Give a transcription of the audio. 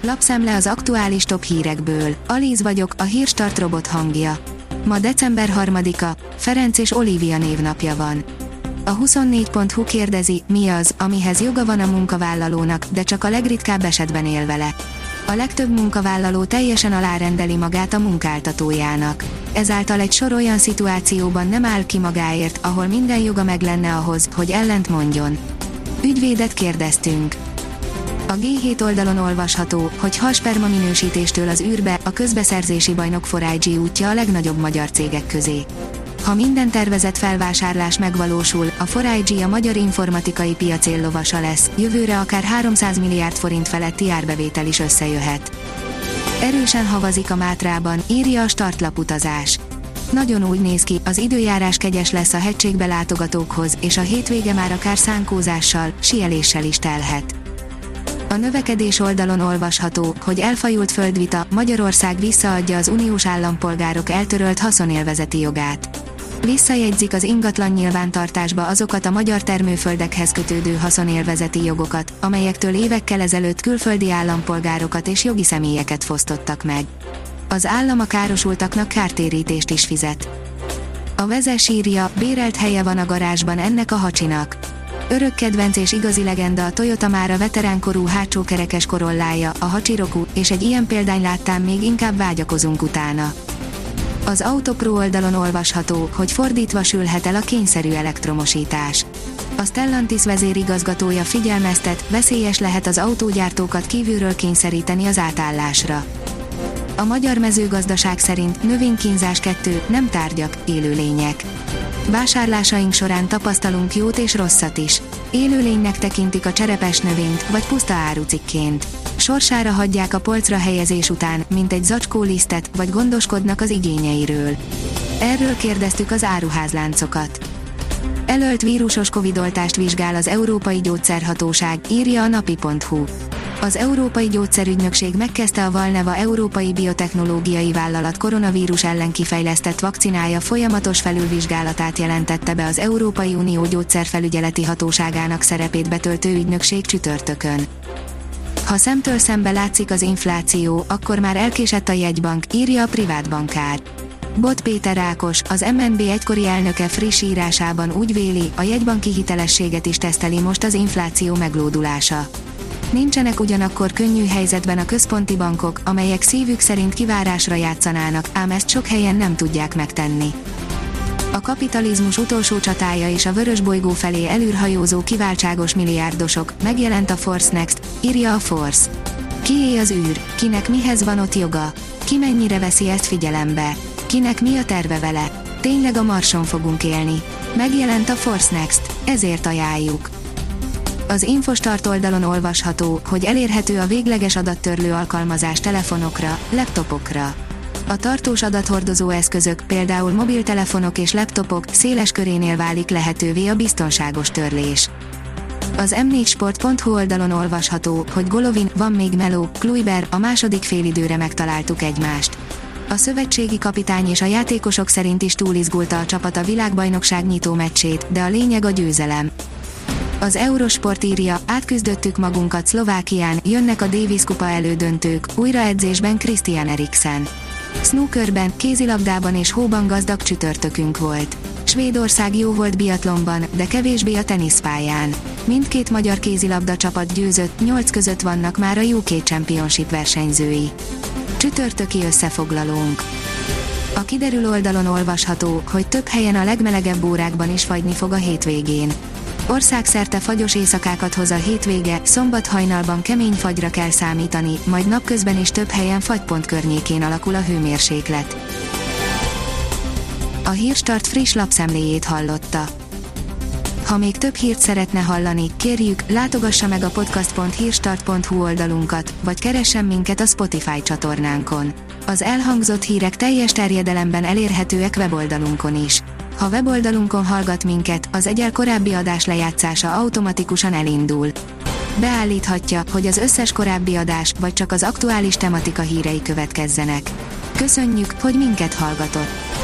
Lapszemle az aktuális top hírekből. Alíz vagyok, a Hírstart robot hangja. Ma december 3-a, Ferenc és Olivia névnapja van. A 24.hu kérdezi, mi az, amihez joga van a munkavállalónak, de csak a legritkább esetben él vele. A legtöbb munkavállaló teljesen alárendeli magát a munkáltatójának. Ezáltal egy sor olyan szituációban nem áll ki magáért, ahol minden joga meg lenne ahhoz, hogy ellent mondjon. Ügyvédet kérdeztünk. A G7 oldalon olvasható, hogy halsperma minősítéstől az űrbe, a közbeszerzési bajnok 4IG útja a legnagyobb magyar cégek közé. Ha minden tervezett felvásárlás megvalósul, a 4IG a magyar informatikai piac éllovasa lesz, jövőre akár 300 milliárd forint feletti árbevétel is összejöhet. Erősen havazik a Mátrában, írja a Startlap utazás. Nagyon úgy néz ki, az időjárás kegyes lesz a hegységbe látogatókhoz, és a hétvége már akár szánkózással, síeléssel is telhet. A növekedés oldalon olvasható, hogy elfajult földvita, Magyarország visszaadja az uniós állampolgárok eltörölt haszonélvezeti jogát. Visszajegyzik az ingatlan nyilvántartásba azokat a magyar termőföldekhez kötődő haszonélvezeti jogokat, amelyektől évekkel ezelőtt külföldi állampolgárokat és jogi személyeket fosztottak meg. Az állam a károsultaknak kártérítést is fizet. A Vezes írja, bérelt helye van a garázsban ennek a hacsinak. Örök kedvenc és igazi legenda a Toyota Mára veteránkorú hátsókerekes Corollája, a Hachiroku, és egy ilyen példány láttán még inkább vágyakozunk utána. Az Autopro oldalon olvasható, hogy fordítva sülhet el a kényszerű elektromosítás. A Stellantis vezérigazgatója figyelmeztet, veszélyes lehet az autógyártókat kívülről kényszeríteni az átállásra. A Magyar Mezőgazdaság szerint növénykínzás 2, nem tárgyak, élőlények. Vásárlásaink során tapasztalunk jót és rosszat is. Élőlénynek tekintik a cserepes növényt, vagy puszta árucikként. Sorsára hagyják a polcra helyezés után, mint egy zacskó lisztet, vagy gondoskodnak az igényeiről. Erről kérdeztük az áruházláncokat. Elölt vírusos covidoltást vizsgál az Európai Gyógyszerhatóság, írja a napi.hu. Az Európai Gyógyszerügynökség megkezdte a Valneva Európai Biotechnológiai Vállalat koronavírus ellen kifejlesztett vakcinája folyamatos felülvizsgálatát, jelentette be az Európai Unió gyógyszerfelügyeleti hatóságának szerepét betöltő ügynökség csütörtökön. Ha szemtől szembe látszik az infláció, akkor már elkésett a jegybank, írja a privát bankár. Bot Péter Ákos, az MNB egykori elnöke friss írásában úgy véli, a jegybanki hitelességet is teszteli most az infláció meglódulása. Nincsenek ugyanakkor könnyű helyzetben a központi bankok, amelyek szívük szerint kivárásra játszanának, ám ezt sok helyen nem tudják megtenni. A kapitalizmus utolsó csatája és a vörösbolygó felé elűrhajózó kiváltságos milliárdosok, megjelent a Force Next, írja a Force. Kié az űr, kinek mihez van ott joga, ki mennyire veszi ezt figyelembe, kinek mi a terve vele, tényleg a Marson fogunk élni. Megjelent a Force Next, ezért ajánljuk. Az Infostart oldalon olvasható, hogy elérhető a végleges adattörlő alkalmazás telefonokra, laptopokra. A tartós adathordozó eszközök, például mobiltelefonok és laptopok széles körénél válik lehetővé a biztonságos törlés. Az m4sport.hu oldalon olvasható, hogy Golovin, van még meló, Kluiber, a második félidőre megtaláltuk egymást. A szövetségi kapitány és a játékosok szerint is túlizgulta a csapat a világbajnokság nyitó meccsét, de a lényeg a győzelem. Az Eurosport írja, átküzdöttük magunkat Szlovákián, jönnek a Davis kupa elődöntők, újra edzésben Christian Eriksen. Snookerben, kézilabdában és hóban gazdag csütörtökünk volt. Svédország jó volt biatlonban, de kevésbé a teniszpályán. Mindkét magyar kézilabda csapat győzött, 8 között vannak már a UK Championship versenyzői. Csütörtöki összefoglalónk. A kiderül oldalon olvasható, hogy több helyen a legmelegebb órákban is fagyni fog a hétvégén. Országszerte fagyos éjszakákat hoz a hétvége, szombat hajnalban kemény fagyra kell számítani, majd napközben is több helyen fagypont környékén alakul a hőmérséklet. A Hírstart friss lapszemléjét hallotta. Ha még több hírt szeretne hallani, kérjük, látogassa meg a podcast.hírstart.hu oldalunkat, vagy keressen minket a Spotify csatornánkon. Az elhangzott hírek teljes terjedelemben elérhetőek weboldalunkon is. Ha weboldalunkon hallgat minket, az egyel korábbi adás lejátszása automatikusan elindul. Beállíthatja, hogy az összes korábbi adás, vagy csak az aktuális tematika hírei következzenek. Köszönjük, hogy minket hallgatott!